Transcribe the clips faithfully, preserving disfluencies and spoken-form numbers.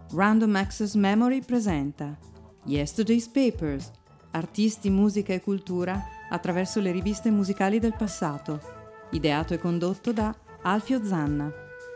Random Access Memory presenta Yesterday's Papers, artisti, musica e cultura attraverso le riviste musicali del passato, ideato e condotto da Alfio Zanna.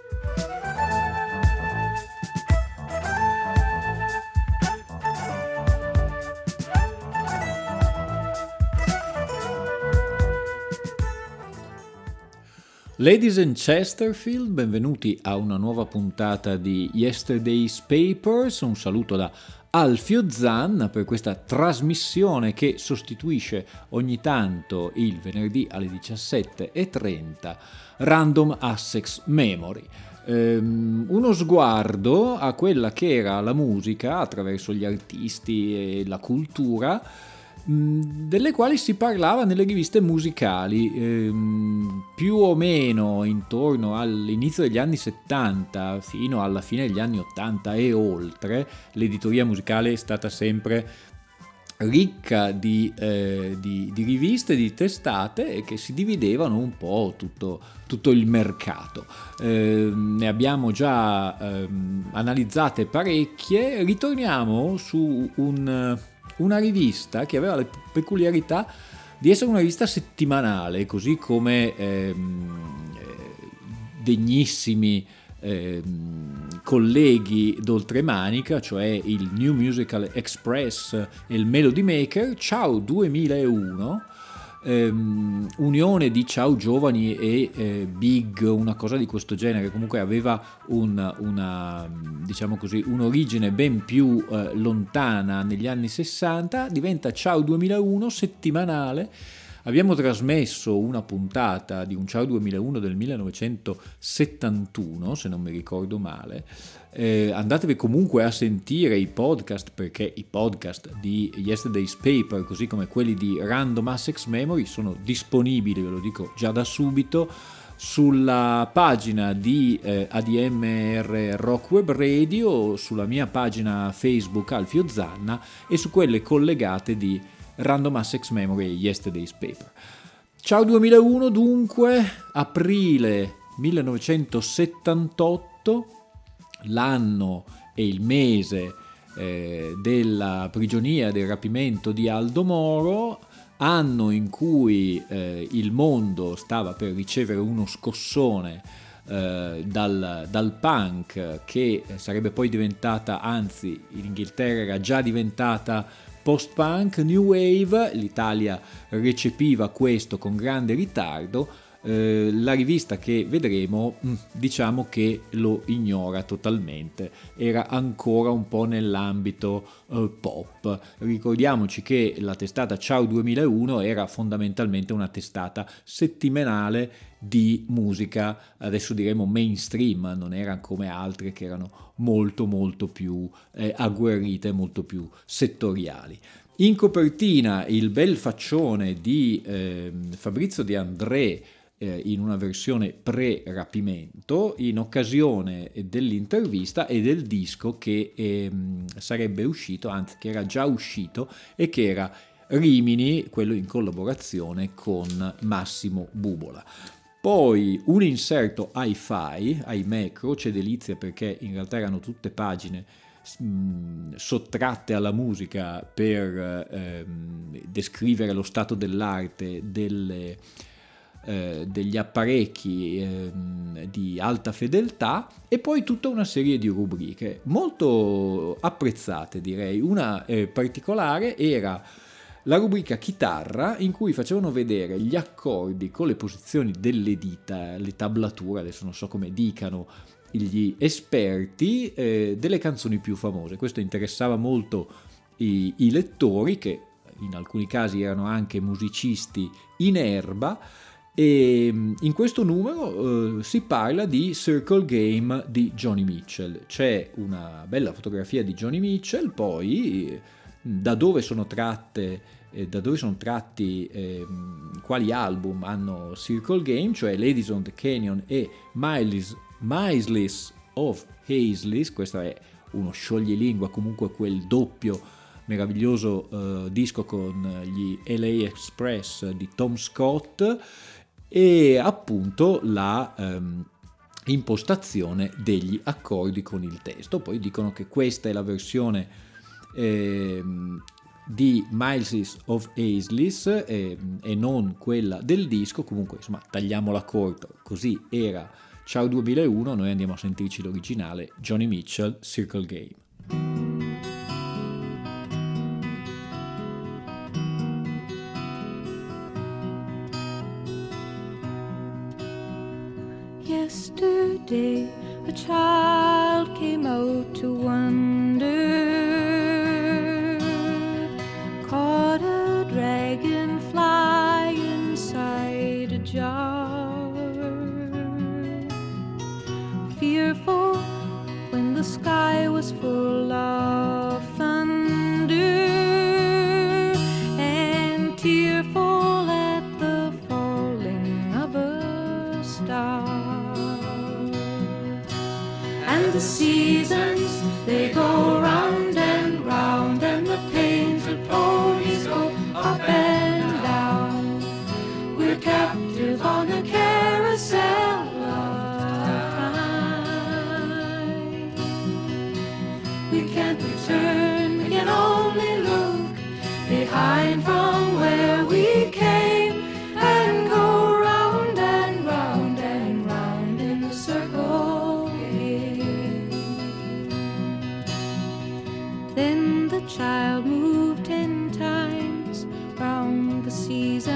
Ladies and Chesterfield, benvenuti a una nuova puntata di Yesterday's Papers. Un saluto da Alfio Zanna per questa trasmissione che sostituisce ogni tanto il venerdì alle diciassette e trenta Random Access Memory. Um, uno sguardo a quella che era la musica attraverso gli artisti e la cultura delle quali si parlava nelle riviste musicali, ehm, più o meno intorno all'inizio degli anni settanta fino alla fine degli anni ottanta e oltre. L'editoria musicale è stata sempre ricca di, eh, di, di riviste, di testate che si dividevano un po' tutto, tutto il mercato. Eh, ne abbiamo già eh, analizzate parecchie. Ritorniamo su un una rivista che aveva la peculiarità di essere una rivista settimanale, così come ehm, degnissimi ehm, colleghi d'oltremanica, cioè il New Musical Express e il Melody Maker. Ciao duemilauno, ehm, unione di Ciao Giovani e eh, Big, una cosa di questo genere. Comunque aveva un, una, diciamo così, un'origine ben più eh, lontana negli anni sessanta. Diventa Ciao duemilauno settimanale. Abbiamo trasmesso una puntata di un Ciao duemilauno del millenovecentosettantuno, se non mi ricordo male. Eh, andatevi comunque a sentire i podcast, perché i podcast di Yesterday's Paper, così come quelli di Random Access Memory, sono disponibili, ve lo dico già da subito, sulla pagina di eh, A D M R Rock Web Radio, sulla mia pagina Facebook Alfio Zanna e su quelle collegate di Random Access Memory e Yesterday's Paper. Ciao duemilauno dunque, aprile millenovecentosettantotto, l'anno e il mese eh, della prigionia, del rapimento di Aldo Moro, anno in cui eh, il mondo stava per ricevere uno scossone eh, dal, dal punk, che sarebbe poi diventata, anzi in Inghilterra era già diventata post-punk, new wave. L'Italia recepiva questo con grande ritardo. Eh, la rivista che vedremo, diciamo che lo ignora totalmente, era ancora un po' nell'ambito eh, pop. Ricordiamoci che la testata Ciao duemilauno era fondamentalmente una testata settimanale di musica, adesso diremo mainstream, non era come altre che erano molto molto più eh, agguerrite, molto più settoriali. In copertina il bel faccione di eh, Fabrizio De André in una versione pre-rapimento, in occasione dell'intervista e del disco che eh, sarebbe uscito, anzi che era già uscito, e che era Rimini, quello in collaborazione con Massimo Bubola. Poi un inserto hi-fi, ahimè, croce delizia, perché in realtà erano tutte pagine mh, sottratte alla musica per ehm, descrivere lo stato dell'arte delle Eh, degli apparecchi eh, di alta fedeltà, e poi tutta una serie di rubriche molto apprezzate, direi. Una eh, particolare era la rubrica chitarra, in cui facevano vedere gli accordi con le posizioni delle dita, le tablature, adesso non so come dicano gli esperti, eh, delle canzoni più famose. Questo interessava molto i, i lettori, che in alcuni casi erano anche musicisti in erba. E in questo numero eh, si parla di Circle Game di Joni Mitchell. C'è una bella fotografia di Joni Mitchell, poi da dove sono tratte, eh, da dove sono tratti eh, quali album hanno Circle Game, cioè Ladies on the Canyon e Miles of Hazleys. Questo è uno scioglilingua, comunque quel doppio meraviglioso eh, disco con gli L A Express di Tom Scott. E appunto la, ehm, impostazione degli accordi con il testo. Poi dicono che questa è la versione eh, di Miles of Aislis eh, e non quella del disco. Comunque, insomma, tagliamola corta, così era Ciao duemilauno. Noi andiamo a sentirci l'originale, Joni Mitchell, Circle Game. Yesterday a child came out to wander, caught a dragonfly inside a jar. Fearful when the sky was full of thunder, and tearful at the falling of a star. And the seasons, they go round and round, and the painted ponies go up and down. We're captive on a carousel of time. We can't return, we can only look behind from where we came, and go round and round and round in a circle again. Then the child moved ten times round the seasons,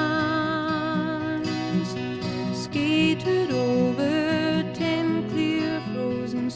skated over ten clear frozen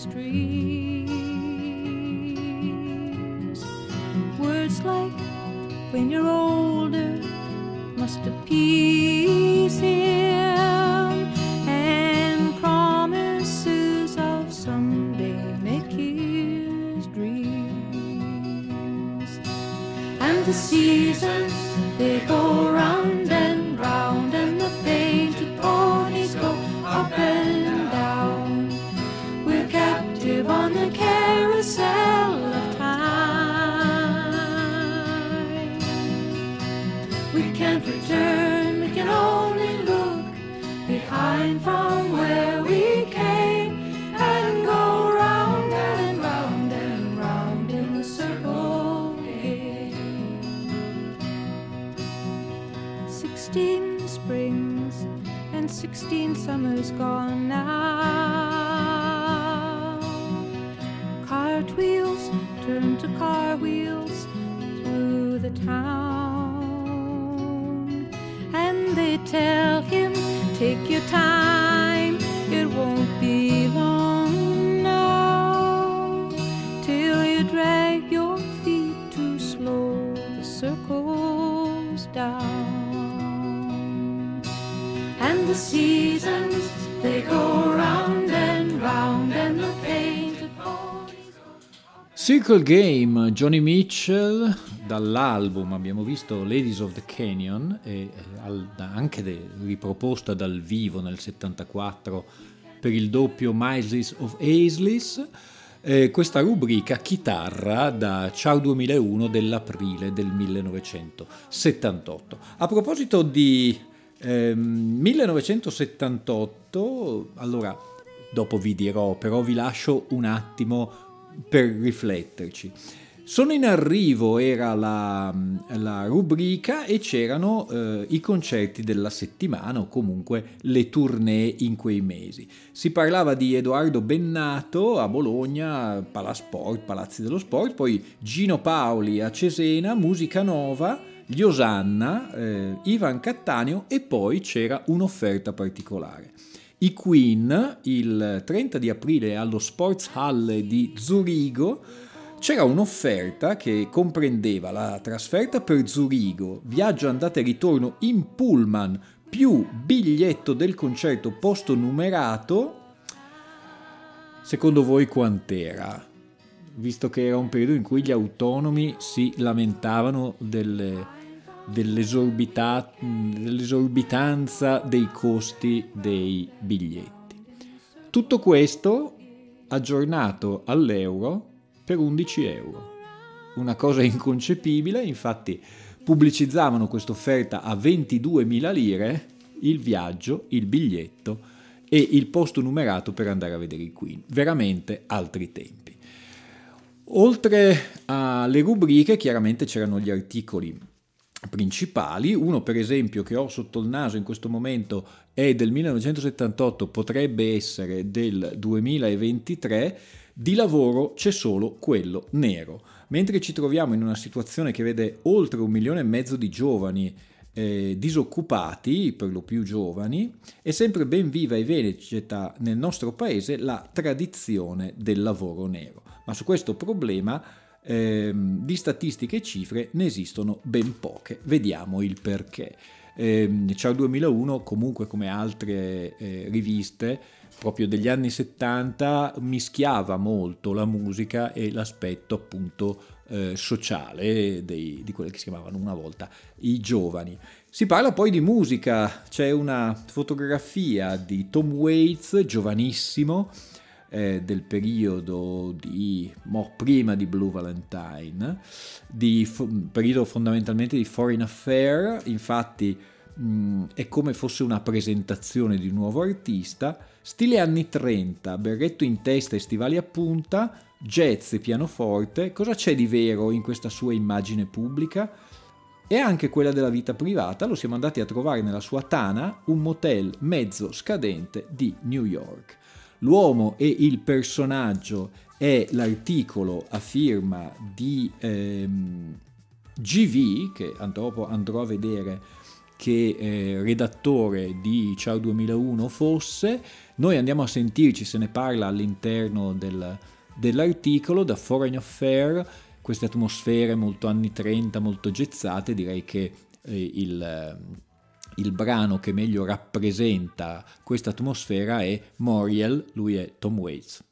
streams. Words like when you're older must appease him, and promises of someday make his dreams. And the seasons, they go round and round, and the painted ponies go up and down. We're captive on the carousel of time. We can't return, we can only look behind from where we came, and go round and round and round in the circle again. Sixteen springs and sixteen summers gone now. Cartwheels turn to car wheels through the town, and they tell him, take your time, it won't be long now, till you drag your feet too slow, the circle's down. And the seasons, they go round and round, and the painted ponies go. Circle Game, Joni Mitchell, dall'album abbiamo visto Ladies of the Canyon, e al, anche de, riproposta dal vivo nel settantaquattro per il doppio Miles of Aislis, eh, questa rubrica chitarra da Ciao duemilauno dell'aprile del millenovecentosettantotto. A proposito di eh, millenovecentosettantotto, allora dopo vi dirò, però vi lascio un attimo per rifletterci. Sono in arrivo, era la, la rubrica, e c'erano eh, i concerti della settimana, o comunque le tournée in quei mesi. Si parlava di Edoardo Bennato a Bologna, Palasport, Palazzi dello Sport, poi Gino Paoli a Cesena, Musica Nova, gli Osanna, eh, Ivan Cattaneo, e poi c'era un'offerta particolare. I Queen, il trenta di aprile allo Sportshalle di Zurigo, c'era un'offerta che comprendeva la trasferta per Zurigo, viaggio andata e ritorno in pullman più biglietto del concerto posto numerato. Secondo voi quant'era? Visto che era un periodo in cui gli autonomi si lamentavano delle, dell'esorbita, dell'esorbitanza dei costi dei biglietti. Tutto questo aggiornato all'euro per undici euro. Una cosa inconcepibile, infatti pubblicizzavano questa offerta a ventiduemila lire, il viaggio, il biglietto e il posto numerato per andare a vedere i Queen. Veramente altri tempi. Oltre alle rubriche, chiaramente c'erano gli articoli principali. Uno, per esempio, che ho sotto il naso in questo momento è del millenovecentosettantotto, potrebbe essere del duemilaventitré. Di lavoro c'è solo quello nero. Mentre ci troviamo in una situazione che vede oltre un milione e mezzo di giovani eh, disoccupati, per lo più giovani, è sempre ben viva e vegeta nel nostro paese la tradizione del lavoro nero. Ma su questo problema eh, di statistiche e cifre ne esistono ben poche. Vediamo il perché. Eh, Ciao duemilauno, comunque come altre eh, riviste proprio degli anni settanta, mischiava molto la musica e l'aspetto appunto eh, sociale dei, di quelle che si chiamavano una volta i giovani. Si parla poi di musica, c'è una fotografia di Tom Waits, giovanissimo, eh, del periodo di mo, prima di Blue Valentine, di fo- periodo fondamentalmente di Foreign Affair. Infatti mh, è come fosse una presentazione di un nuovo artista, stile anni trenta, berretto in testa e stivali a punta, jazz e pianoforte. Cosa c'è di vero in questa sua immagine pubblica? E anche quella della vita privata. Lo siamo andati a trovare nella sua tana, un motel mezzo scadente di New York. L'uomo e il personaggio è l'articolo a firma di ehm, G V, che dopo andrò a vedere che eh, redattore di Ciao duemilauno fosse. Noi andiamo a sentirci, se ne parla all'interno del, dell'articolo, da Foreign Affair, queste atmosfere molto anni trenta, molto jazzate. Direi che eh, il, il brano che meglio rappresenta questa atmosfera è Moriel, lui è Tom Waits.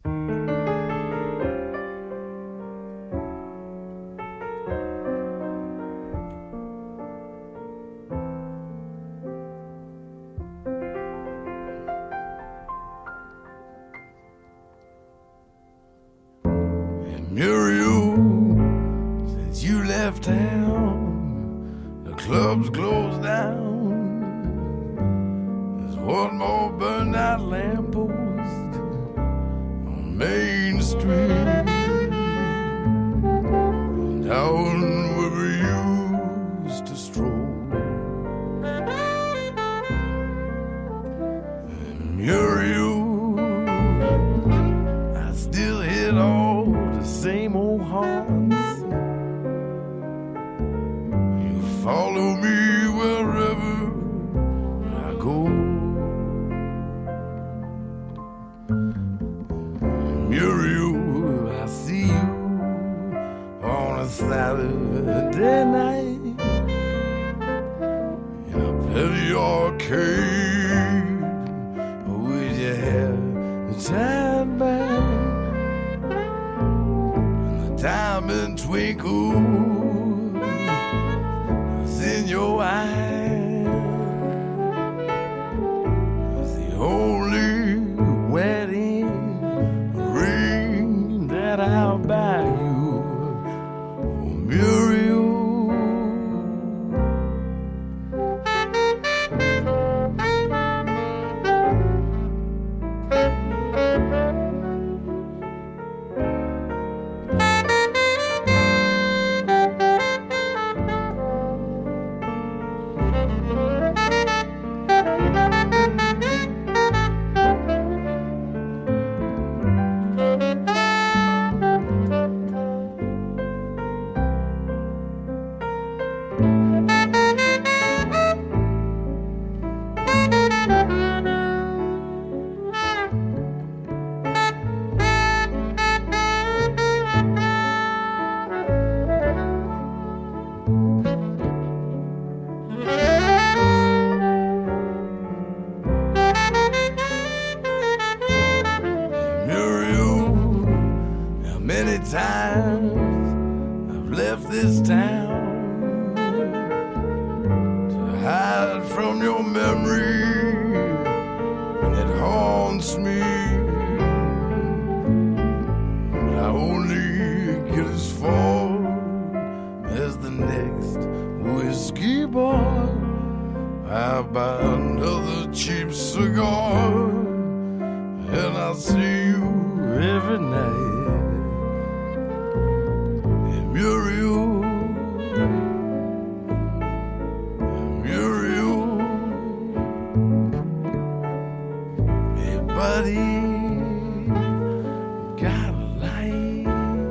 Town, the clubs closed down. There's one more burned out lamppost on Main Street, down where we used to stroll. And Muriel, I still hit all the same old haunts. Follow me wherever I go. Muriel, I see you on a Saturday night in a petty arcade with your hair tied back and the diamond twinkle in your eyes. It's the only wedding ring that I'll buy you, oh, Muriel. How about another cheap cigar? every night. And Muriel, and Muriel, everybody got a light.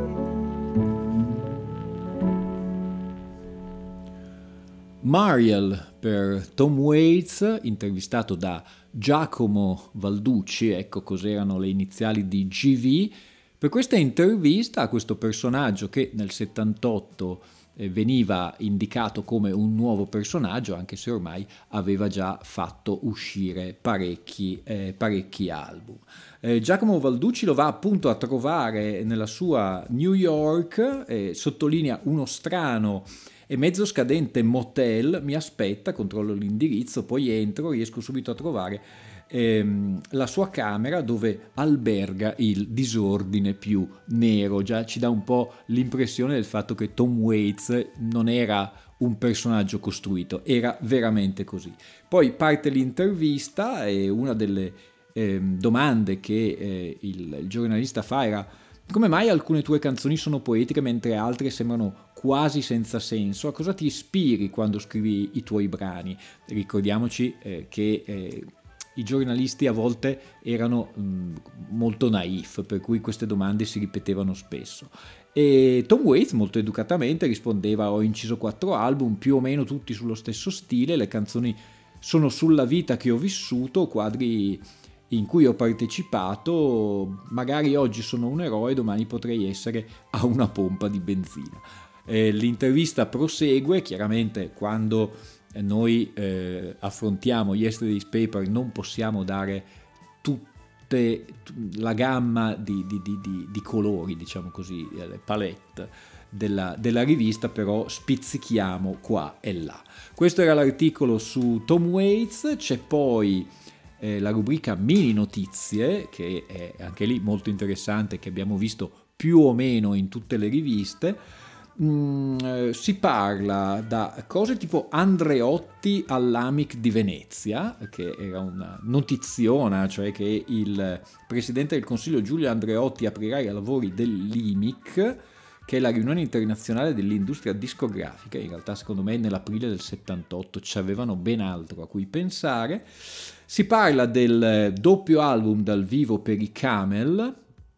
Mariel per Tom Waits, intervistato da Giacomo Valducci, ecco cos'erano le iniziali di G V, per questa intervista a questo personaggio che nel settantotto eh, veniva indicato come un nuovo personaggio, anche se ormai aveva già fatto uscire parecchi, eh, parecchi album. Eh, Giacomo Valducci lo va appunto a trovare nella sua New York, eh, sottolinea uno strano e mezzo scadente motel, mi aspetta, controllo l'indirizzo, poi entro, riesco subito a trovare ehm, la sua camera dove alberga il disordine più nero. Già ci dà un po' l'impressione del fatto che Tom Waits non era un personaggio costruito, era veramente così. Poi parte l'intervista e una delle ehm, domande che eh, il, il giornalista fa era: come mai alcune tue canzoni sono poetiche mentre altre sembrano quasi senza senso? A cosa ti ispiri quando scrivi i tuoi brani? Ricordiamoci eh, che eh, i giornalisti a volte erano mh, molto naif, per cui queste domande si ripetevano spesso. E Tom Waits molto educatamente rispondeva: ho inciso quattro album, più o meno tutti sullo stesso stile, le canzoni sono sulla vita che ho vissuto, quadri in cui ho partecipato, magari oggi sono un eroe, domani potrei essere a una pompa di benzina. Eh, l'intervista prosegue, chiaramente quando noi eh, affrontiamo Yesterday's Paper non possiamo dare tutte la gamma di, di, di, di, di colori, diciamo così, le palette della, della rivista, però spizzichiamo qua e là. Questo era l'articolo su Tom Waits. C'è poi Eh, la rubrica mini notizie, che è anche lì molto interessante, che abbiamo visto più o meno in tutte le riviste. Mm, eh, si parla da cose tipo Andreotti all'Amic di Venezia, che era una notiziona, cioè che il presidente del Consiglio Giulio Andreotti aprirà i lavori dell'I M I C, che è la riunione internazionale dell'industria discografica. In realtà secondo me nell'aprile del settantotto ci avevano ben altro a cui pensare. Si parla del doppio album dal vivo per i Camel,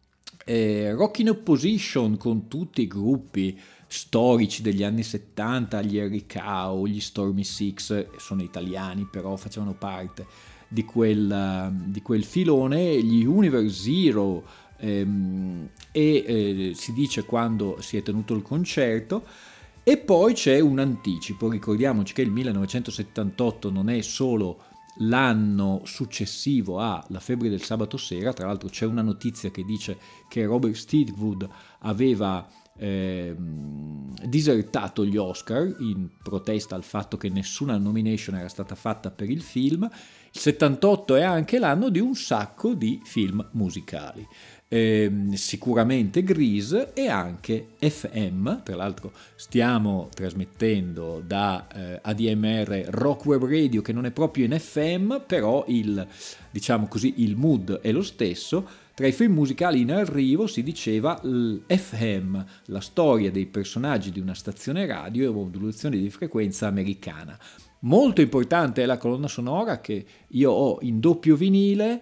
eh, Rock in Opposition con tutti i gruppi storici degli anni settanta, gli Harry Cow, gli Stormy Six, sono italiani però facevano parte di quel, di quel filone, gli Universe Zero, ehm, e eh, si dice quando si è tenuto il concerto. E poi c'è un anticipo, ricordiamoci che il millenovecentosettantotto non è solo l'anno successivo a La febbre del sabato sera, tra l'altro c'è una notizia che dice che Robert Stigwood aveva eh, disertato gli Oscar in protesta al fatto che nessuna nomination era stata fatta per il film. Il settantotto è anche l'anno di un sacco di film musicali. Eh, sicuramente Grease e anche F M, tra l'altro stiamo trasmettendo da eh, A D M R Rock Web Radio, che non è proprio in F M, però il, diciamo così, il mood è lo stesso. Tra i film musicali in arrivo si diceva F M, la storia dei personaggi di una stazione radio e modulazione di frequenza americana. Molto importante è la colonna sonora che io ho in doppio vinile.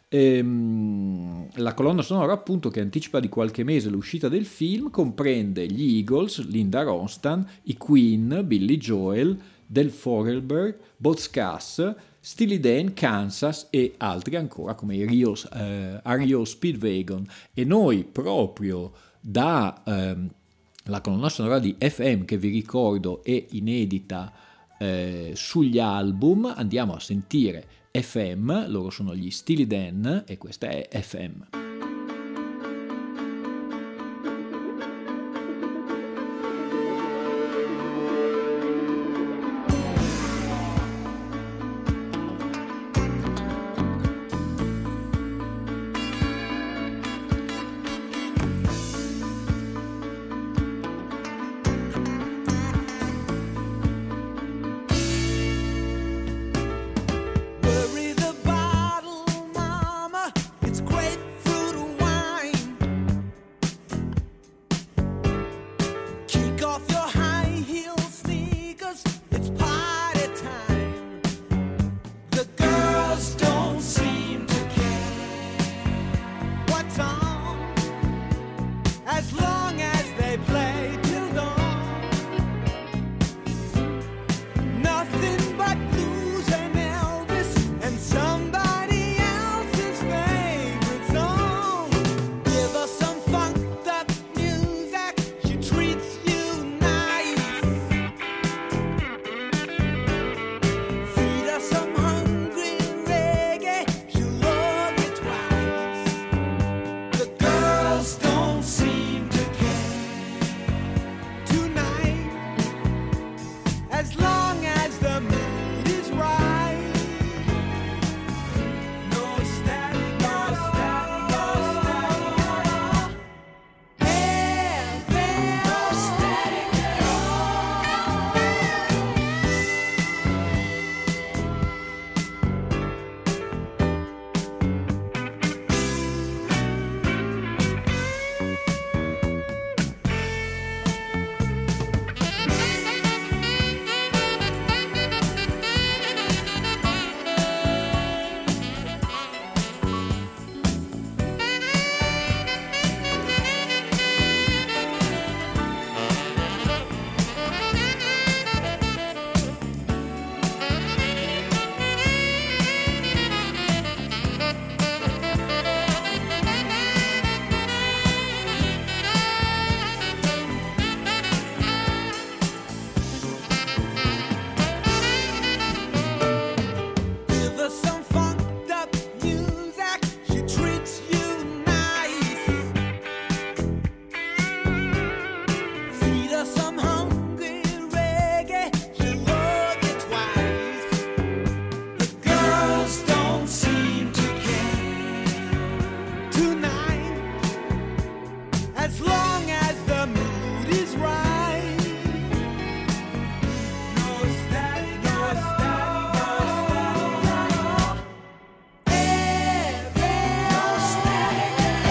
La colonna sonora appunto che anticipa di qualche mese l'uscita del film comprende gli Eagles, Linda Ronstadt, i Queen, Billy Joel, Del Forelberg, Boz Cass, Steely Dan, Kansas e altri ancora come i Rio, eh, R E O Speedwagon. E noi proprio da ehm, la colonna sonora di F M, che vi ricordo è inedita eh, sugli album, andiamo a sentire F M, loro sono gli Steely Dan e questa è F M. Bury the bottle, mama. It's grapefruit as long as they play till dawn. Nothing but blues and Elvis and somebody else's favorite song. Give her some funked up music, she treats you nice. Feed her some hungry reggae, she'll love you twice. The girls don't seem to care tonight, as long as the mood is right. No static, no static, no static. Hey, there, no static at all. Give her some funked up music, she treats you nice. Feed her some hungry reggae, she'll love you twice. The girls don't seem to care tonight, as long as the mood is right. No static, no static, no static. Hey, there, no static at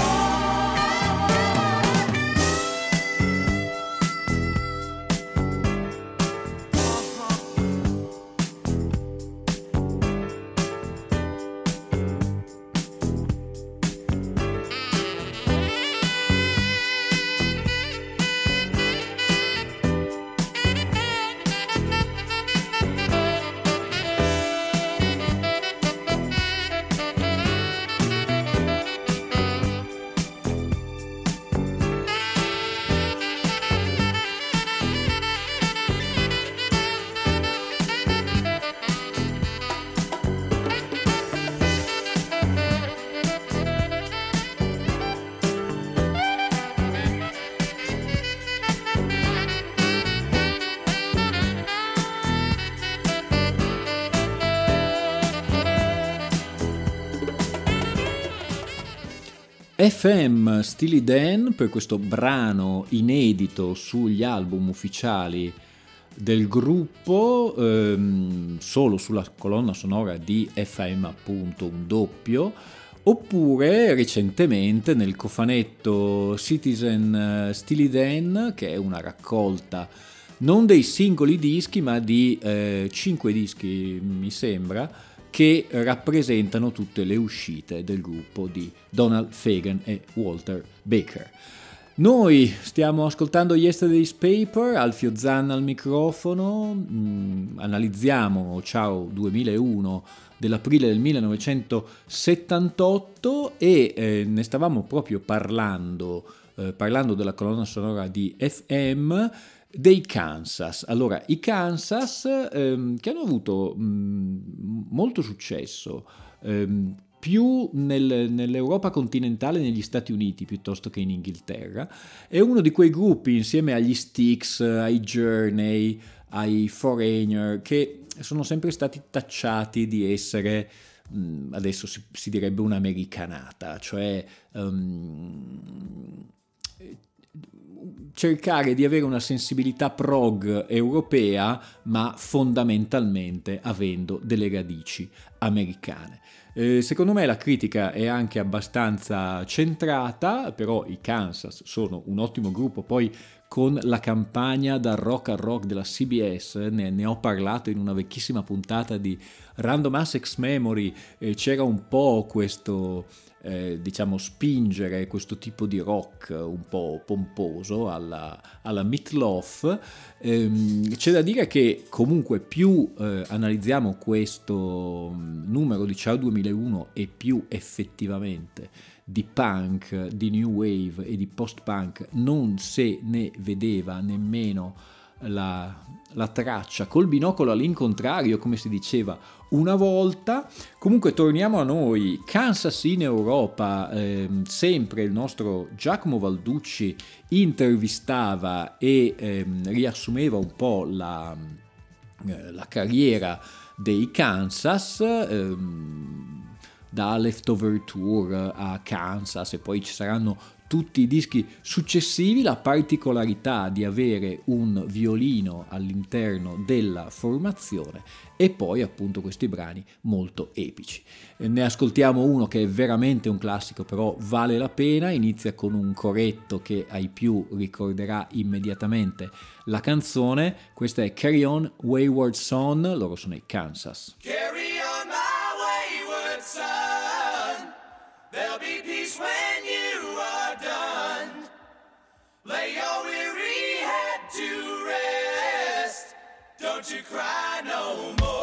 F M Steely Dan per questo brano inedito sugli album ufficiali del gruppo, ehm, solo sulla colonna sonora di F M, appunto un doppio, oppure recentemente nel cofanetto Citizen Steely Dan, che è una raccolta non dei singoli dischi ma di eh, cinque dischi mi sembra, che rappresentano tutte le uscite del gruppo di Donald Fagen e Walter Baker. Noi stiamo ascoltando Yesterday's Paper, Alfio Zanna al microfono, mh, analizziamo Ciao duemilauno dell'aprile del millenovecentosettantotto e eh, ne stavamo proprio parlando, eh, parlando della colonna sonora di F M, dei Kansas. Allora, i Kansas ehm, che hanno avuto mh, molto successo, ehm, più nel, nell'Europa continentale, negli Stati Uniti piuttosto che in Inghilterra, è uno di quei gruppi insieme agli Styx, ai Journey, ai Foreigner, che sono sempre stati tacciati di essere, mh, adesso si, si direbbe un'americanata, cioè um, cercare di avere una sensibilità prog europea, ma fondamentalmente avendo delle radici americane. Eh, secondo me la critica è anche abbastanza centrata, però i Kansas sono un ottimo gruppo. Poi con la campagna dal rock al rock della C B S, ne, ne ho parlato in una vecchissima puntata di Random Access Memory, eh, c'era un po' questo eh, diciamo spingere questo tipo di rock un po' pomposo alla, alla Meat Loaf. Ehm, c'è da dire che comunque più eh, analizziamo questo numero di Ciao duemilauno e più effettivamente di punk, di new wave e di post-punk non se ne vedeva nemmeno la, la traccia, col binocolo all'incontrario, come si diceva una volta. Comunque torniamo a noi, Kansas in Europa. Ehm, sempre il nostro Giacomo Valducci intervistava e ehm, riassumeva un po' la, eh, la carriera dei Kansas, ehm, da Leftover Tour a Kansas, e poi ci saranno tutti i dischi successivi. La particolarità di avere un violino all'interno della formazione, e poi appunto questi brani molto epici. Ne ascoltiamo uno che è veramente un classico, però vale la pena. Inizia con un coretto che ai più ricorderà immediatamente la canzone. Questa è Carry On Wayward Son, loro sono i Kansas. Carry on my wayward son. There'll be peace when you are done. Lay your weary head to rest. Don't you cry no more.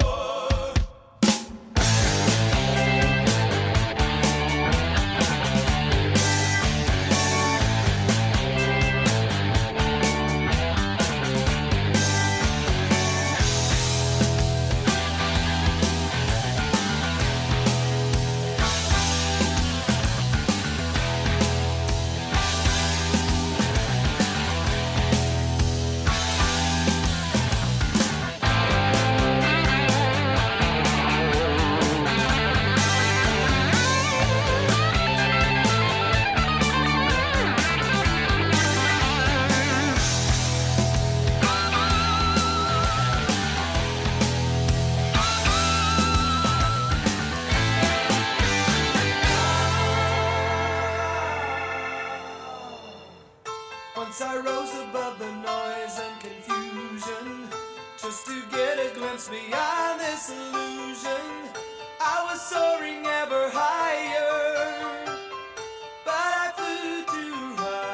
Once I rose above the noise and confusion, just to get a glimpse beyond this illusion. I was soaring ever higher, but I flew too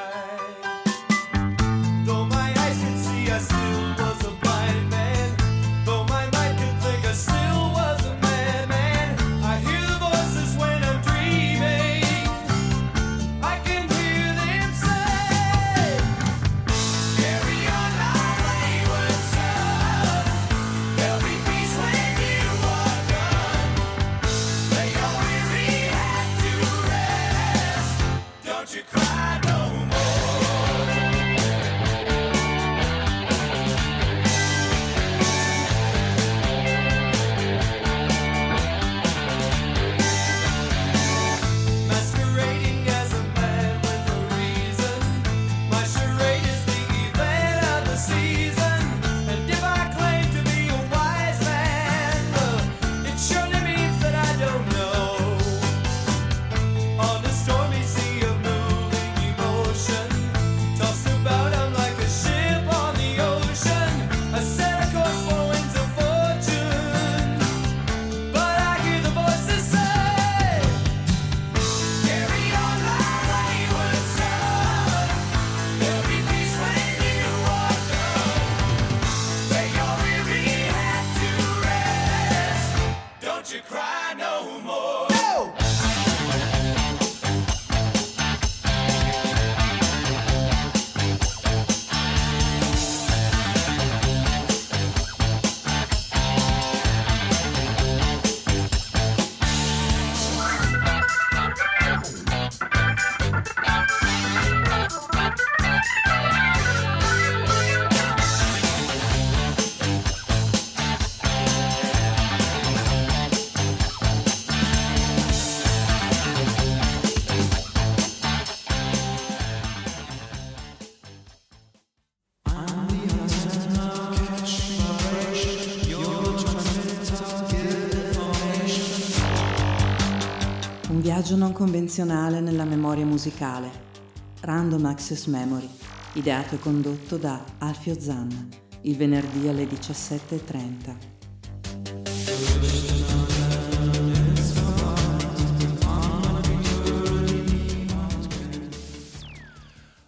high. Though my eyes could see, I still was a blind man. Though my mind could think, I still was a madman. I hear the voices when I'm dreaming. I can hear them say, carry on my wayward son. There'll be peace when you are done. Lay your weary head to rest. Don't you cry no more. Masquerading as a man with a reason. My charade is the event of the season. And if I claim to be a wise man, uh, it surely means that I don't know. On the stormy sea of moving emotion, tossed about I'm like a ship on the ocean. I set a course for winds of fortune, but I hear the voices say, carry on my wayward son. There'll be peace when you are done. Lay your weary head to rest. Don't you cry no more. No! Un viaggio non convenzionale nella memoria musicale. Random Access Memory, ideato e condotto da Alfio Zanna, il venerdì alle diciassette e trenta.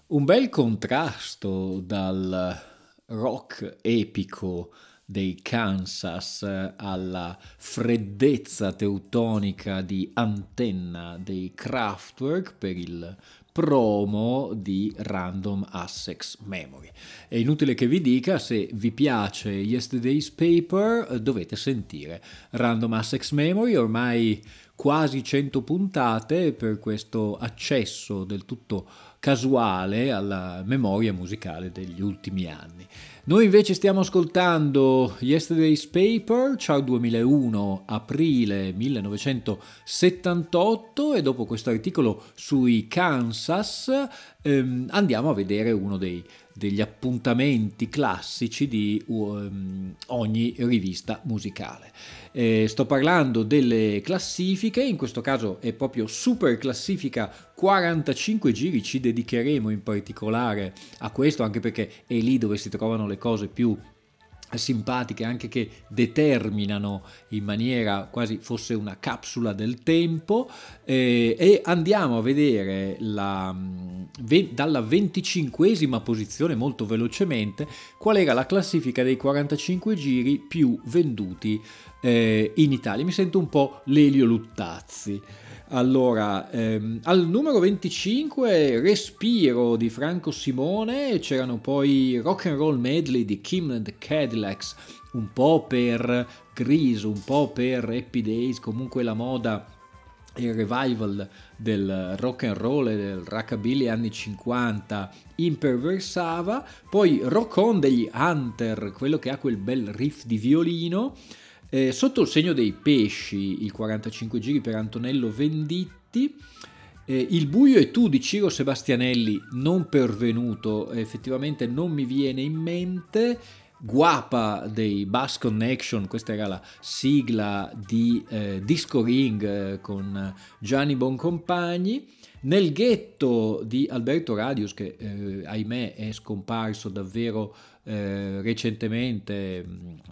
Un bel contrasto dal rock epico dei Kansas alla freddezza teutonica di Antenna dei Kraftwerk per il promo di Random Access Memory. È inutile che vi dica, se vi piace Yesterday's Paper dovete sentire Random Access Memory, ormai quasi cento puntate per questo accesso del tutto casuale alla memoria musicale degli ultimi anni. Noi invece stiamo ascoltando Yesterday's Paper, Ciao duemilauno, aprile millenovecentosettantotto, e dopo questo articolo sui Kansas ehm, andiamo a vedere uno dei, degli appuntamenti classici di um, ogni rivista musicale. Eh, sto parlando delle classifiche, in questo caso è proprio super classifica quarantacinque giri, ci dedicheremo in particolare a questo anche perché è lì dove si trovano le cose più simpatiche, anche che determinano in maniera quasi fosse una capsula del tempo, eh, e andiamo a vedere la, ve, dalla venticinquesima posizione molto velocemente qual era la classifica dei quarantacinque giri più venduti eh, in Italia. Mi sento un po' Lelio Luttazzi. Allora, ehm, al numero venticinque Respiro di Franco Simone, c'erano poi Rock and Roll Medley di Kim and the Cadillacs, un po' per Grease, un po' per Happy Days, comunque la moda e il revival del rock and roll e del rockabilly anni cinquanta imperversava, poi Rock On degli Hunter, quello che ha quel bel riff di violino. Eh, sotto il segno dei pesci, il quarantacinque giri per Antonello Venditti. Eh, il buio e tu di Ciro Sebastianelli, non pervenuto, effettivamente non mi viene in mente. Guapa dei Bass Connection, questa era la sigla di eh, Disco Ring eh, con Gianni Boncompagni. Nel ghetto di Alberto Radius, che eh, ahimè è scomparso davvero eh, recentemente,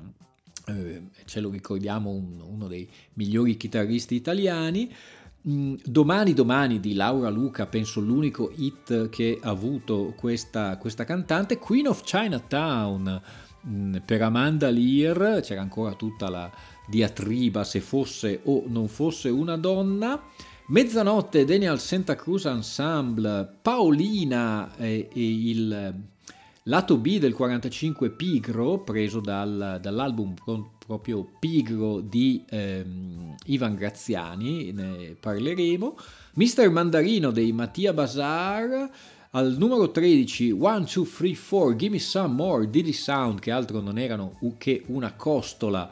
Eh, ce lo ricordiamo, un, uno dei migliori chitarristi italiani. Mm, domani domani di Laura Luca, penso l'unico hit che ha avuto questa, questa cantante. Queen of Chinatown mm, per Amanda Lear, c'era ancora tutta la diatriba se fosse o non fosse una donna. Mezzanotte Daniel Santa Cruz Ensemble, Paolina eh, e il lato B del quarantacinque Pigro, preso dal, dall'album proprio Pigro di ehm, Ivan Graziani, ne parleremo. mister Mandarino dei Mattia Bazar. Al numero tredici one two three four Gimme Some More Diddy Sound, che altro non erano che una costola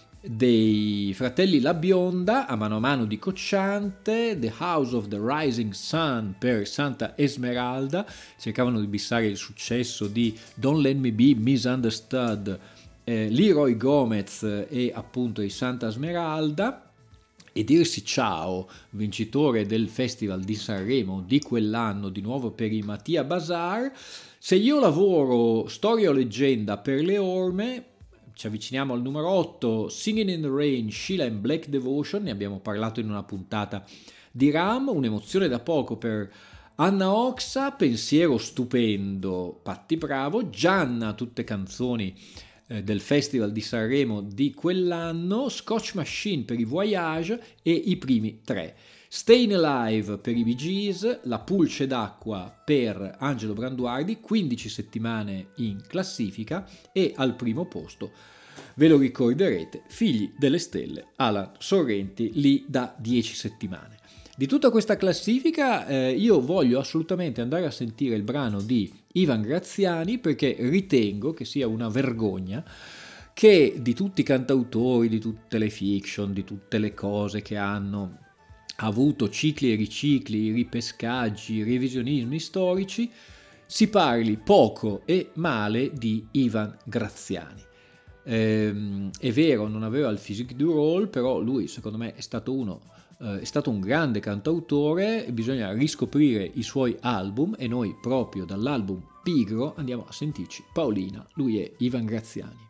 dei fratelli La Bionda, A mano a mano di Cocciante. The House of the Rising Sun per Santa Esmeralda, cercavano di bissare il successo di Don't Let Me Be Misunderstood, eh, Leroy Gomez e appunto i Santa Esmeralda. E Dirsi Ciao, vincitore del Festival di Sanremo di quell'anno, di nuovo per i Mattia Bazar. Se io lavoro, storia o leggenda per le orme. Ci avviciniamo al numero otto, Singing in the Rain, Sheila and Black Devotion, ne abbiamo parlato in una puntata di Ram. Un'emozione da poco per Anna Oxa, pensiero stupendo, Patti Bravo. Gianna, tutte canzoni eh, del Festival di Sanremo di quell'anno. Scotch Machine per i Voyage e i primi tre. Stayin' Alive per i Bee Gees, La Pulce d'acqua per Angelo Branduardi, quindici settimane in classifica, e al primo posto, ve lo ricorderete, Figli delle Stelle, Alan Sorrenti, lì da dieci settimane. Di tutta questa classifica eh, io voglio assolutamente andare a sentire il brano di Ivan Graziani, perché ritengo che sia una vergogna che di tutti i cantautori, di tutte le fiction, di tutte le cose che hanno avuto cicli e ricicli, ripescaggi, revisionismi storici, si parli poco e male di Ivan Graziani. Ehm, è vero, non aveva il physique du rôle, però lui secondo me è stato uno eh, è stato un grande cantautore. Bisogna riscoprire i suoi album, e noi proprio dall'album Pigro andiamo a sentirci Paolina. Lui è Ivan Graziani.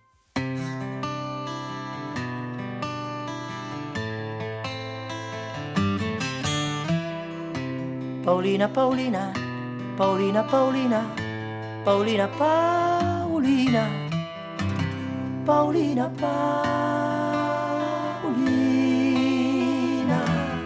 Paolina, Paolina, Paolina, Paolina, Paolina, Paolina, Paolina, Paolina,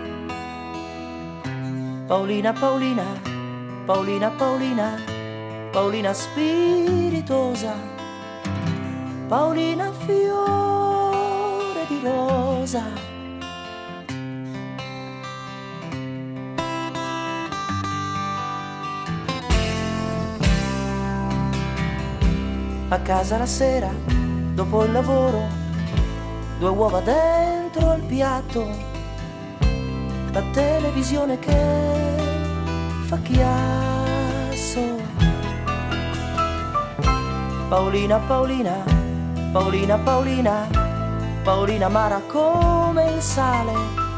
Paolina, Paolina, Paolina, Paolina, Paolina spiritosa, Paolina fiore di rosa. A casa la sera, dopo il lavoro, due uova dentro al piatto, la televisione che fa chiasso. Paolina, Paolina, Paolina, Paolina, Paolina amara come il sale,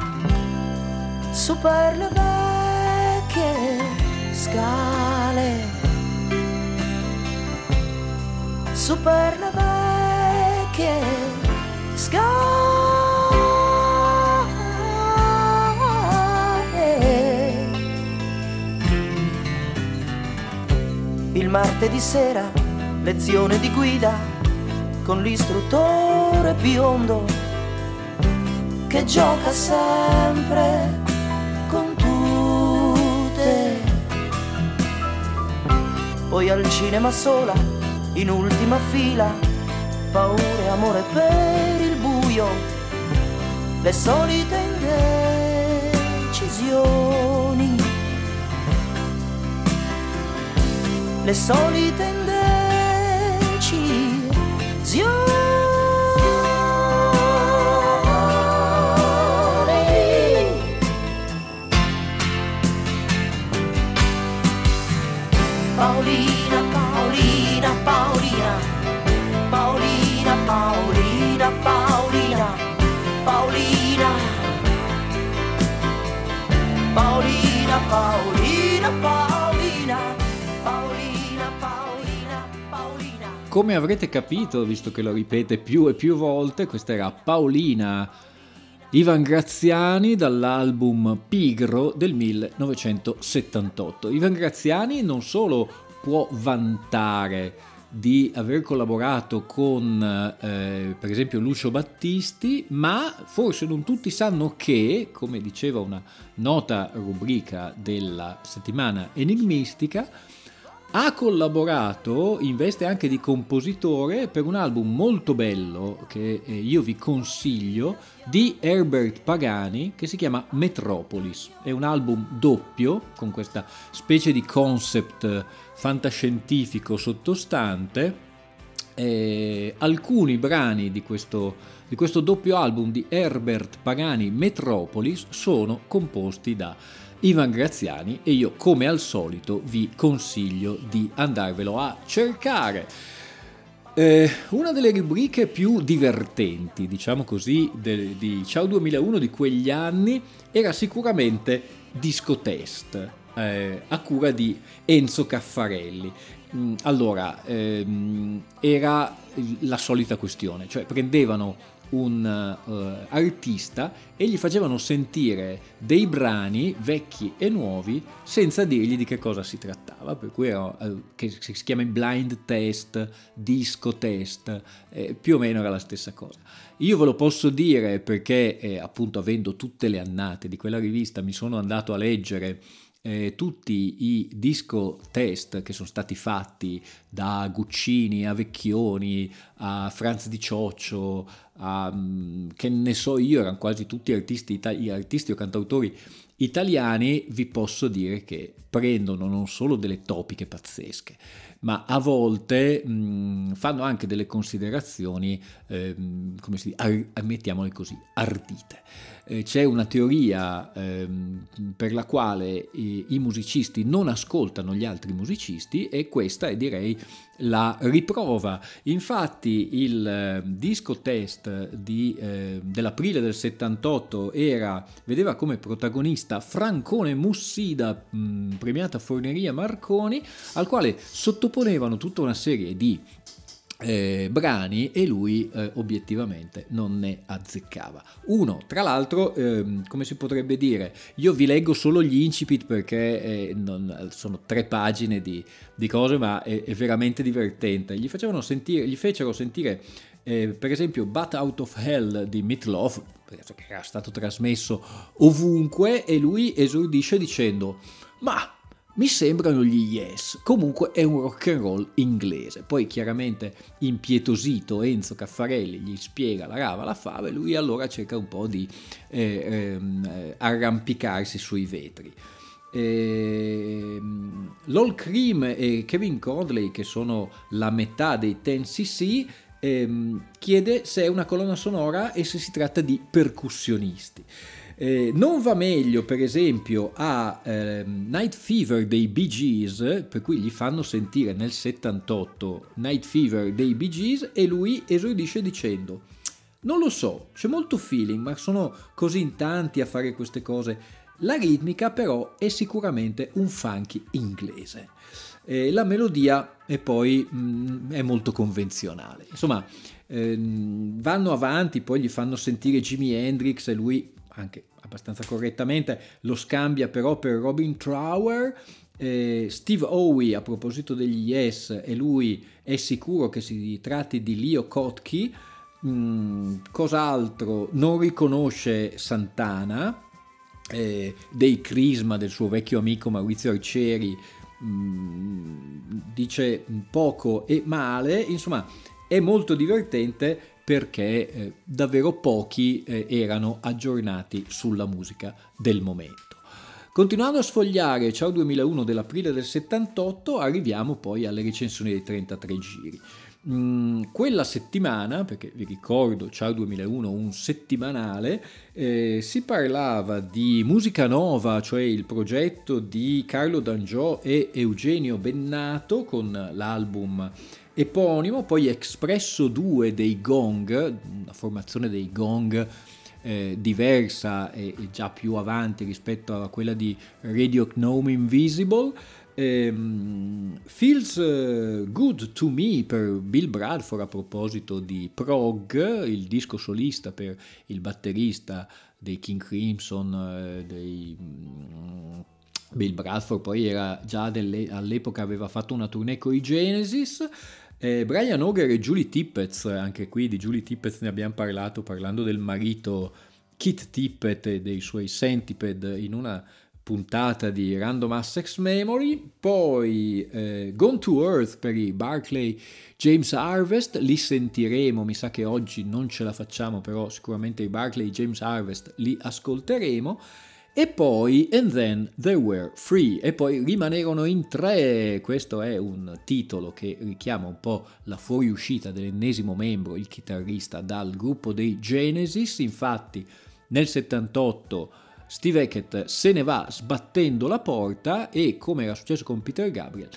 su per le vecchie scale. Su per le vecchie scale. Il martedì sera, lezione di guida con l'istruttore biondo che gioca sempre con tutte. Poi al cinema sola, in ultima fila, paura e amore per il buio, le solite indecisioni, le solite indecisioni. Paolina, Paolina, Paolina, Paolina, Paolina, Paolina, Paolina, Paolina, Paolina, Paolina, Paolina, Paolina, Paolina. Come avrete capito, visto che lo ripete più e più volte, questa era Paolina, Ivan Graziani, dall'album Pigro del millenovecentosettantotto. Ivan Graziani non solo può vantare di aver collaborato con eh, per esempio Lucio Battisti, ma forse non tutti sanno che, come diceva una nota rubrica della settimana enigmistica, ha collaborato in veste anche di compositore per un album molto bello che eh, io vi consiglio, di Herbert Pagani, che si chiama Metropolis. È un album doppio con questa specie di concept fantascientifico sottostante. Eh, alcuni brani di questo, di questo doppio album di Herbert Pagani, Metropolis, sono composti da Ivan Graziani e io, come al solito, vi consiglio di andarvelo a cercare. Eh, una delle rubriche più divertenti, diciamo così, de, di Ciao duemilauno di quegli anni era sicuramente Disco Test, eh, a cura di Enzo Caffarelli. Allora, ehm, era la solita questione, cioè prendevano un uh, artista e gli facevano sentire dei brani vecchi e nuovi senza dirgli di che cosa si trattava, per cui era, uh, che si chiama blind test, disco test, eh, più o meno era la stessa cosa. Io ve lo posso dire perché eh, appunto, avendo tutte le annate di quella rivista, mi sono andato a leggere Eh, tutti i disco test che sono stati fatti da Guccini a Vecchioni a Franz Di Cioccio a che ne so io, erano quasi tutti artisti, itali- artisti o cantautori italiani. Vi posso dire che prendono non solo delle topiche pazzesche, ma a volte mh, fanno anche delle considerazioni, ehm, come si dice, ar- mettiamole così, ardite. Eh, c'è una teoria ehm, per la quale i, i musicisti non ascoltano gli altri musicisti, e questa è, direi, la riprova. Infatti il eh, disco test di, eh, dell'aprile del settantotto era, vedeva come protagonista Francone Mussida, mh, premiata Forneria Marconi, al quale sottoponevano tutta una serie di eh, brani e lui eh, obiettivamente non ne azzeccava uno. Tra l'altro, ehm, come si potrebbe dire, io vi leggo solo gli incipit perché eh, non, sono tre pagine di, di cose, ma è, è veramente divertente. Gli facevano sentire, gli fecero sentire eh, per esempio Bat Out of Hell di Meat Loaf, che era stato trasmesso ovunque, e lui esordisce dicendo: ma mi sembrano gli Yes, comunque è un rock and roll inglese. Poi chiaramente impietosito Enzo Caffarelli gli spiega la rava la fava e lui allora cerca un po' di eh, ehm, arrampicarsi sui vetri. Eh, Lol Cream e Kevin Conley, che sono la metà dei ten C C, ehm, chiede se è una colonna sonora e se si tratta di percussionisti. Eh, non va meglio per esempio a eh, Night Fever dei Bee Gees, per cui gli fanno sentire nel settantotto Night Fever dei Bee Gees e lui esordisce dicendo: non lo so, c'è molto feeling, ma sono così in tanti a fare queste cose. La ritmica però è sicuramente un funky inglese. Eh, la melodia è poi mh, è molto convenzionale. Insomma, ehm, vanno avanti, poi gli fanno sentire Jimi Hendrix e lui, anche abbastanza correttamente, lo scambia però per Robin Trower. Eh, Steve Howe, a proposito degli Yes, e lui è sicuro che si tratti di Leo Kottke. Mm, cos'altro? Non riconosce Santana. Eh, dei Crisma, del suo vecchio amico Maurizio Arcieri, mh, dice poco e male. Insomma, è molto divertente perché eh, davvero pochi eh, erano aggiornati sulla musica del momento. Continuando a sfogliare Ciao duemilauno dell'aprile del settantotto, arriviamo poi alle recensioni dei trentatré giri. Mm, quella settimana, perché vi ricordo Ciao duemilauno un settimanale, eh, si parlava di Musica Nova, cioè il progetto di Carlo D'Angiò e Eugenio Bennato con l'album eponimo, poi Espresso due dei Gong, una formazione dei Gong eh, diversa e, e già più avanti rispetto a quella di Radio Gnome Invisible. Um, Feels uh, Good to Me per Bill Bradford, a proposito di prog, il disco solista per il batterista dei King Crimson, uh, dei um, Bill Bradford poi era già delle, all'epoca aveva fatto una tournée con i Genesis. eh, Brian Auger e Julie Tippett, anche qui di Julie Tippett ne abbiamo parlato parlando del marito Keith Tippett e dei suoi Centipede in una puntata di Random Access Memory. Poi eh, Gone to Earth per i Barclay James Harvest, li sentiremo, mi sa che oggi non ce la facciamo, però sicuramente i Barclay James Harvest li ascolteremo. E poi And Then There Were Three, e poi rimanerono in tre. Questo è un titolo che richiama un po' la fuoriuscita dell'ennesimo membro, il chitarrista, dal gruppo dei Genesis. Infatti nel settantotto Steve Hackett se ne va sbattendo la porta e, come era successo con Peter Gabriel,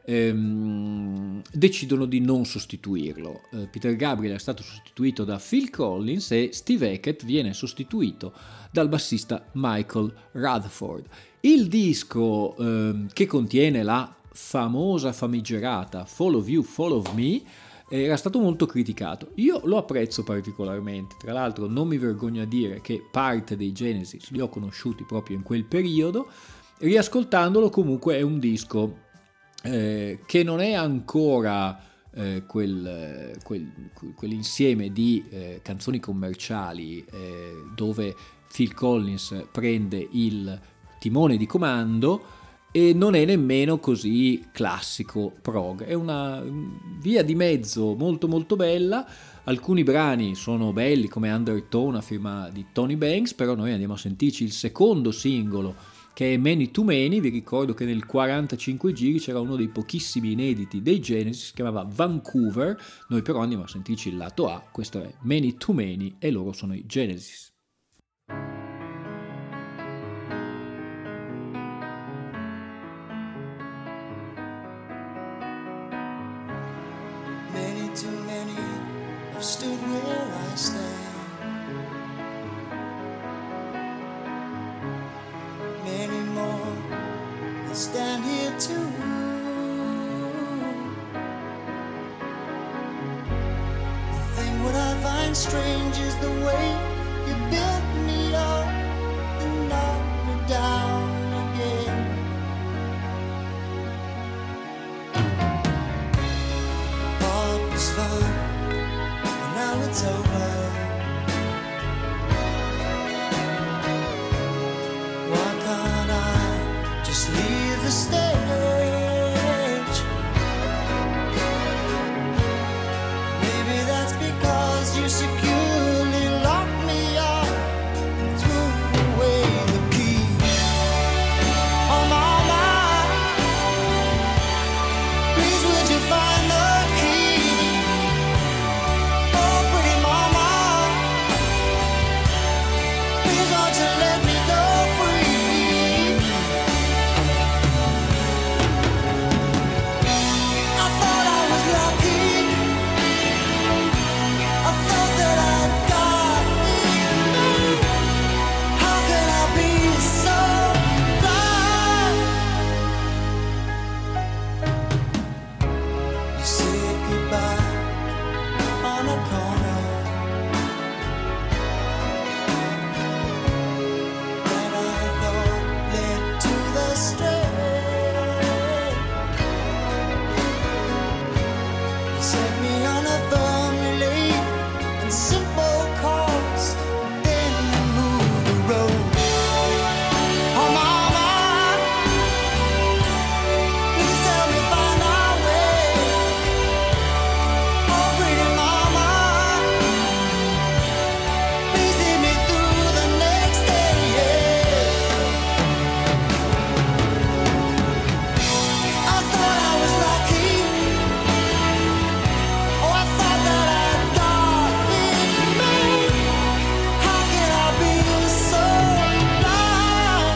ehm, decidono di non sostituirlo. Eh, Peter Gabriel è stato sostituito da Phil Collins e Steve Hackett viene sostituito dal bassista Michael Rutherford. Il disco ehm, che contiene la famosa famigerata Fall of You, Fall of Me era stato molto criticato. Io lo apprezzo particolarmente, tra l'altro non mi vergogno a dire che parte dei Genesis li ho conosciuti proprio in quel periodo. Riascoltandolo comunque è un disco eh, che non è ancora eh, quel, quel, quell'insieme di eh, canzoni commerciali eh, dove Phil Collins prende il timone di comando, e non è nemmeno così classico prog, è una via di mezzo molto molto bella. Alcuni brani sono belli come Undertone a firma di Tony Banks, però noi andiamo a sentirci il secondo singolo, che è Many Too Many. Vi ricordo che nel quarantacinque giri c'era uno dei pochissimi inediti dei Genesis, si chiamava Vancouver. Noi però andiamo a sentirci il lato A, questo è Many Too Many e loro sono i Genesis. Stood where I stand. Many more will stand here too. and strange is the way you built me up and knocked me down again. Thought it was fun, and now it's over. Why can't I just leave the stage? Maybe that's because you securely locked me up and threw away the key. Oh mama, please would you find the key? Oh pretty mama, please won't you let me go free? I thought I was lucky, I thought that I'd got it. How can I be so blind? You said goodbye on a corner, that I thought led to the straight. You set me on a firmly laid and simple course, then you moved the road. Oh mama, please help me find our way. Oh pretty mama, please lead me through the next day. I thought I was lucky, oh I thought that I'd got it made. How can I be so blind?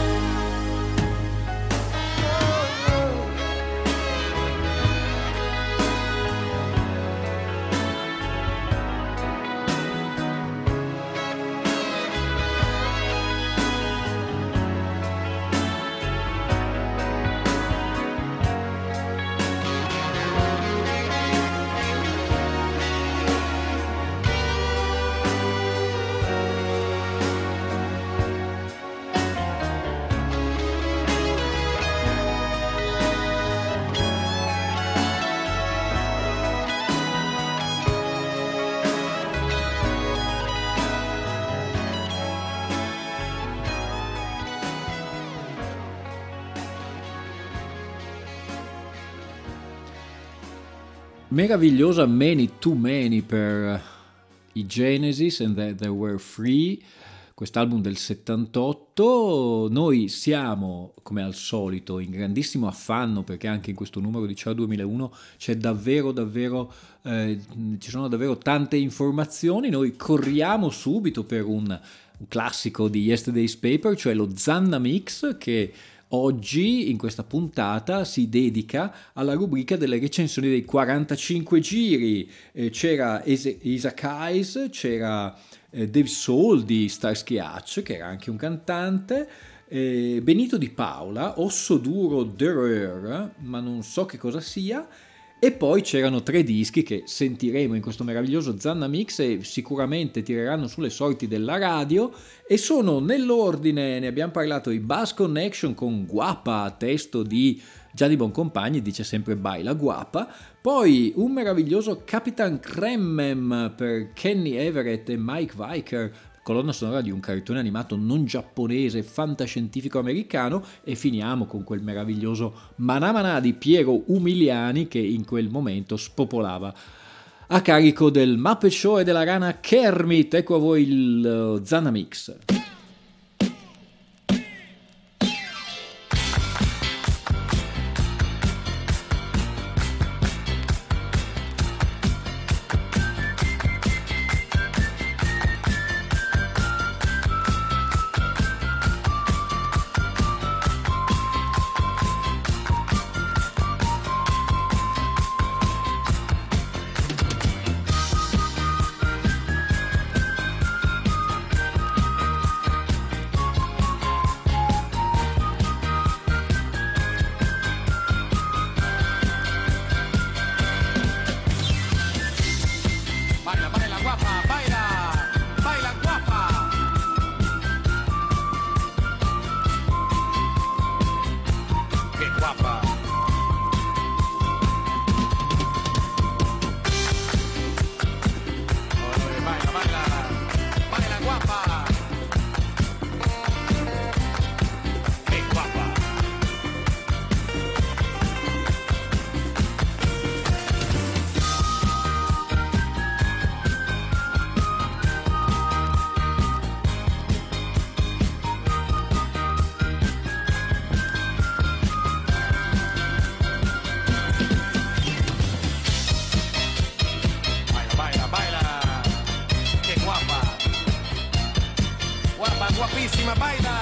Meravigliosa Many Too Many per i Genesis and They, They Were Free, quest'album del settantotto. Noi siamo, come al solito, in grandissimo affanno perché anche in questo numero di Ciao duemilauno c'è davvero davvero eh, ci sono davvero tante informazioni. Noi corriamo subito per un, un classico di Yesterday's Paper, cioè lo Zanna Mix, che oggi in questa puntata si dedica alla rubrica delle recensioni dei quarantacinque giri. Eh, c'era Ese- Isaac Hayes, c'era eh, Dave Soul di Starsky Hutch, che era anche un cantante, eh, Benito Di Paola, Osso Duro Derer, ma non so che cosa sia, e poi c'erano tre dischi che sentiremo in questo meraviglioso Zanna Mix e sicuramente tireranno sulle sorti della radio, e sono nell'ordine: ne abbiamo parlato, i Buzz Connection con Guapa, testo di Gianni Boncompagni, dice sempre Baila Guapa, poi un meraviglioso Capitan Kremmem per Kenny Everett e Mike Viker, colonna sonora di un cartone animato non giapponese, fantascientifico americano, e finiamo con quel meraviglioso Manà Manà di Piero Umiliani che in quel momento spopolava a carico del Muppet Show e della rana Kermit. Ecco a voi il uh, Zanna Mix. bellissima baila.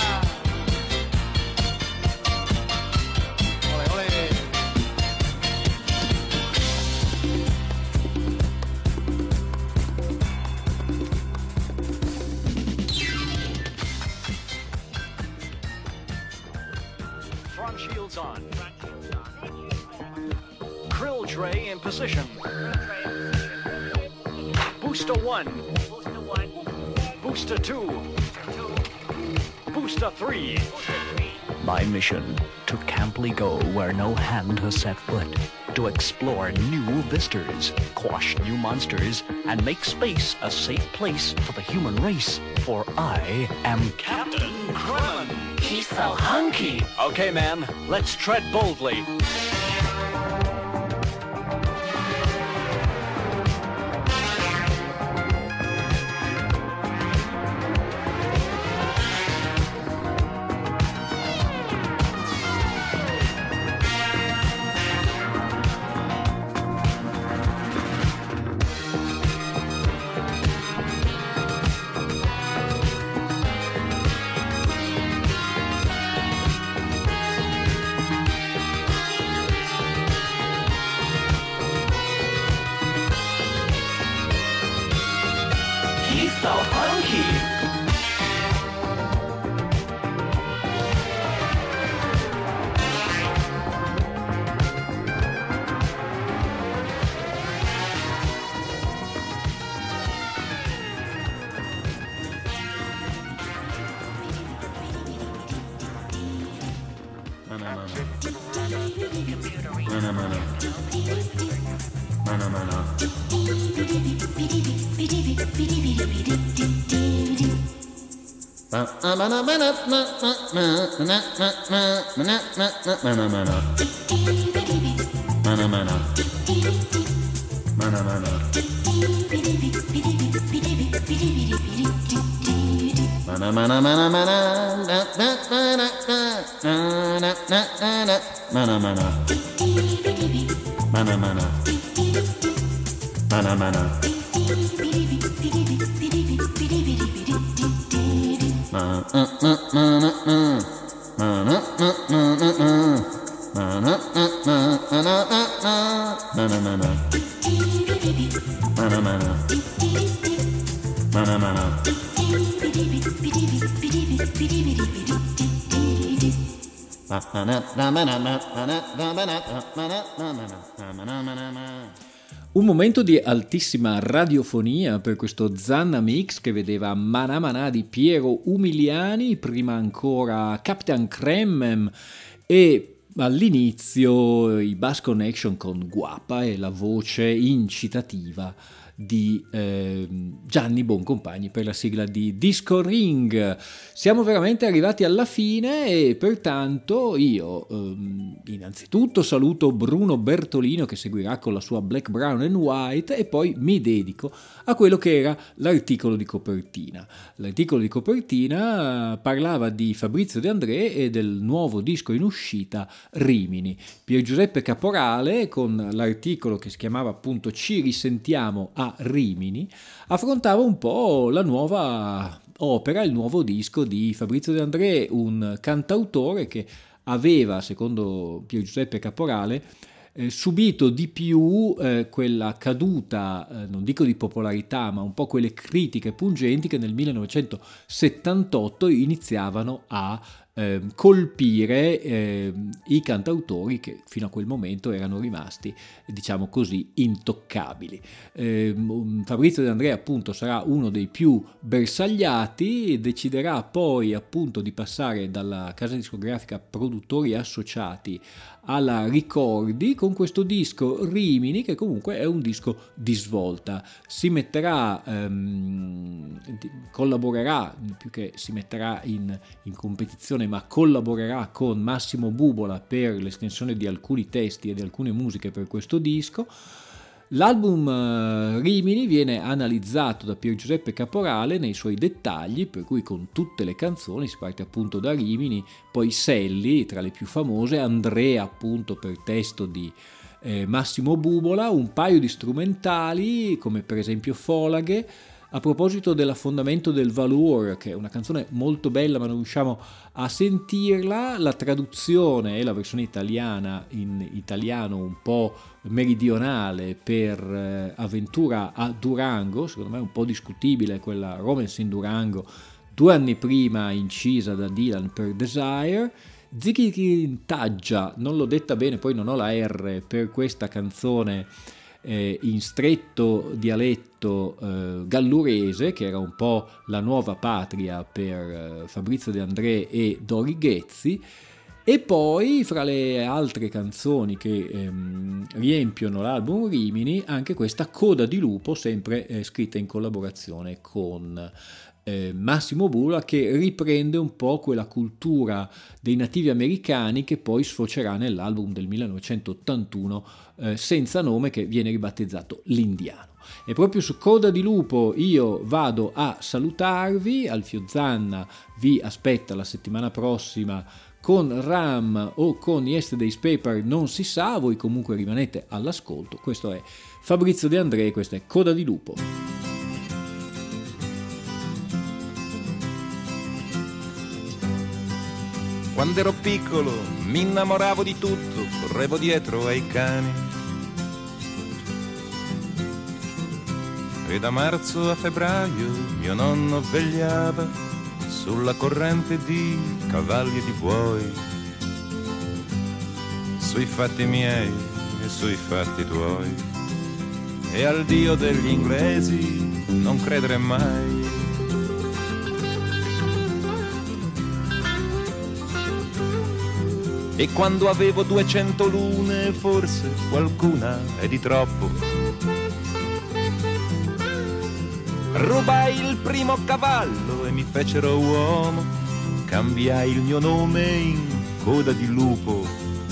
Ole, ole. Front shields on. Krill tray in position. Booster one. Booster two. Booster three. My mission, to camply go where no hand has set foot, to explore new vistas, quash new monsters, and make space a safe place for the human race. For I am Captain Kremlin. He's so hunky. Okay, man, let's tread boldly. So hunky. Mana mana. Mana mana. Mana mana. Un momento di altissima radiofonia per questo Zanna Mix che vedeva Manà Manà di Piero Umiliani, prima ancora Captain Kremlin e all'inizio i Bass Connection con Guapa e la voce incitativa di eh, Gianni Boncompagni per la sigla di Disco Ring. Siamo veramente arrivati alla fine e pertanto io ehm, innanzitutto saluto Bruno Bertolino che seguirà con la sua Black, Brown and White e poi mi dedico a quello che era l'articolo di copertina. L'articolo di copertina parlava di Fabrizio De André e del nuovo disco in uscita Rimini. Pier Giuseppe Caporale con l'articolo che si chiamava appunto Ci risentiamo a Rimini affrontava un po' la nuova opera, il nuovo disco di Fabrizio De André, un cantautore che aveva, secondo Pier Giuseppe Caporale, eh, subito di più eh, quella caduta, eh, non dico di popolarità, ma un po' quelle critiche pungenti che nel millenovecentosettantotto iniziavano a eh, colpire eh, i cantautori che fino a quel momento erano rimasti, diciamo così, intoccabili. Eh, Fabrizio De André appunto sarà uno dei più bersagliati, deciderà poi appunto di passare dalla casa discografica Produttori Associati alla Ricordi con questo disco Rimini, che comunque è un disco di svolta. Si metterà ehm, collaborerà, più che si metterà in, in competizione, ma collaborerà con Massimo Bubola per l'estensione di alcuni testi e di alcune musiche per questo disco. L'album uh, Rimini viene analizzato da Pier Giuseppe Caporale nei suoi dettagli, per cui con tutte le canzoni si parte appunto da Rimini, poi Selli tra le più famose, Andrea appunto per testo di eh, Massimo Bubola, un paio di strumentali come per esempio Folaghe, a proposito dell'affondamento del Valour, che è una canzone molto bella ma non riusciamo a sentirla, la traduzione e la versione italiana in italiano un po' meridionale per eh, Avventura a Durango, secondo me un po' discutibile quella Romance in Durango, due anni prima incisa da Dylan per Desire. Zichirintaggia, non l'ho detta bene, poi non ho la R per questa canzone eh, in stretto dialetto eh, gallurese, che era un po' la nuova patria per eh, Fabrizio De André e Dori Ghezzi. E poi fra le altre canzoni che ehm, riempiono l'album Rimini, anche questa Coda di lupo, sempre eh, scritta in collaborazione con eh, Massimo Bula, che riprende un po' quella cultura dei nativi americani che poi sfocerà nell'album del millenovecentottantuno eh, senza nome, che viene ribattezzato L'Indiano. E proprio su Coda di lupo io vado a salutarvi. Alfio Zanna vi aspetta la settimana prossima con Ram o con Yesterday's Paper, non si sa, voi comunque rimanete all'ascolto. Questo è Fabrizio De André, questa è Coda di lupo. Quando ero piccolo mi innamoravo di tutto, correvo dietro ai cani. E da marzo a febbraio mio nonno vegliava sulla corrente di cavalli e di buoi, sui fatti miei e sui fatti tuoi. E al Dio degli inglesi non credere mai. E quando avevo duecento lune, forse qualcuna è di troppo, rubai il primo cavallo e mi fecero uomo, cambiai il mio nome in Coda di lupo,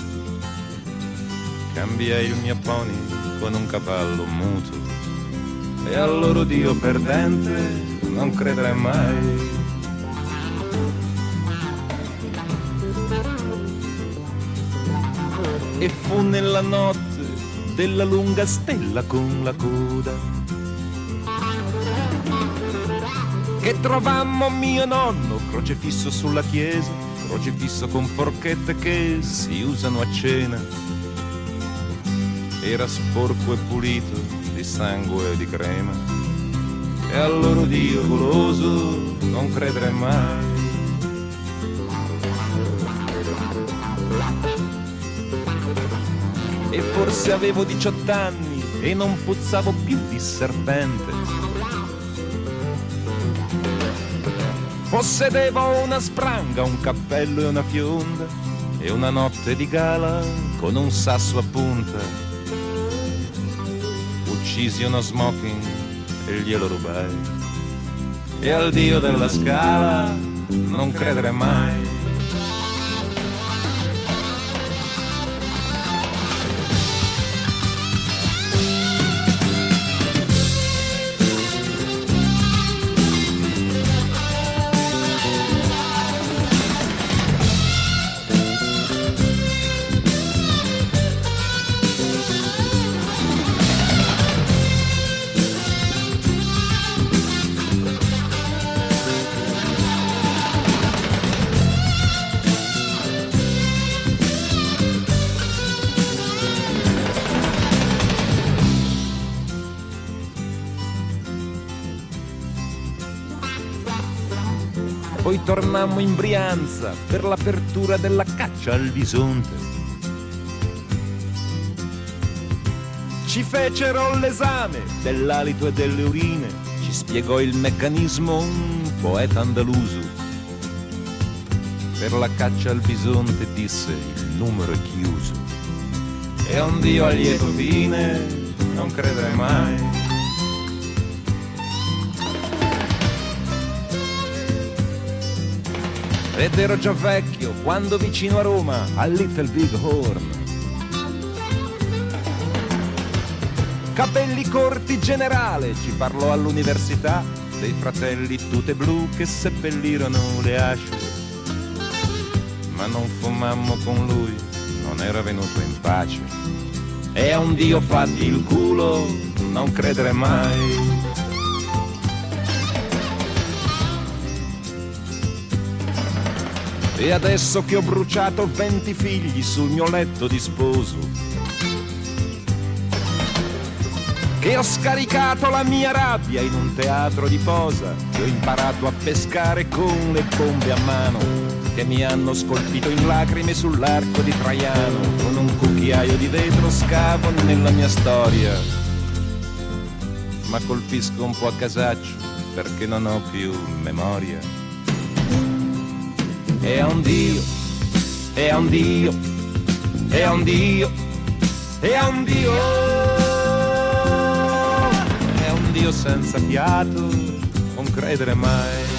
cambiai il mio pony con un cavallo muto. E al loro Dio perdente non credere mai. E fu nella notte della lunga stella con la coda che trovammo mio nonno crocefisso sulla chiesa, crocefisso con forchette che si usano a cena. Era sporco e pulito di sangue e di crema. E al loro Dio goloso non credere mai. E forse avevo diciotto anni e non puzzavo più di serpente. Possedevo una spranga, un cappello e una fionda e una notte di gala con un sasso a punta. Uccisi uno smoking e glielo rubai. E al Dio della Scala non credere mai. Poi tornammo in Brianza per l'apertura della caccia al bisonte. Ci fecero l'esame dell'alito e delle urine, ci spiegò il meccanismo un poeta andaluso. Per la caccia al bisonte disse il numero è chiuso. E a un Dio a lieto fine non credere mai. Ed ero già vecchio quando vicino a Roma, al Little Big Horn, capelli corti generale, ci parlò all'università dei fratelli tute blu che seppellirono le asce. Ma non fumammo con lui, non era venuto in pace. E a un Dio fatti il culo, non credere mai. E adesso che ho bruciato venti figli sul mio letto di sposo, che ho scaricato la mia rabbia in un teatro di posa, che ho imparato a pescare con le bombe a mano, che mi hanno scolpito in lacrime sull'arco di Traiano, con un cucchiaio di vetro scavo nella mia storia, ma colpisco un po' a casaccio perché non ho più memoria. E a un Dio, e a un Dio, e a un Dio, e a un Dio, e a un Dio senza fiato, non credere mai.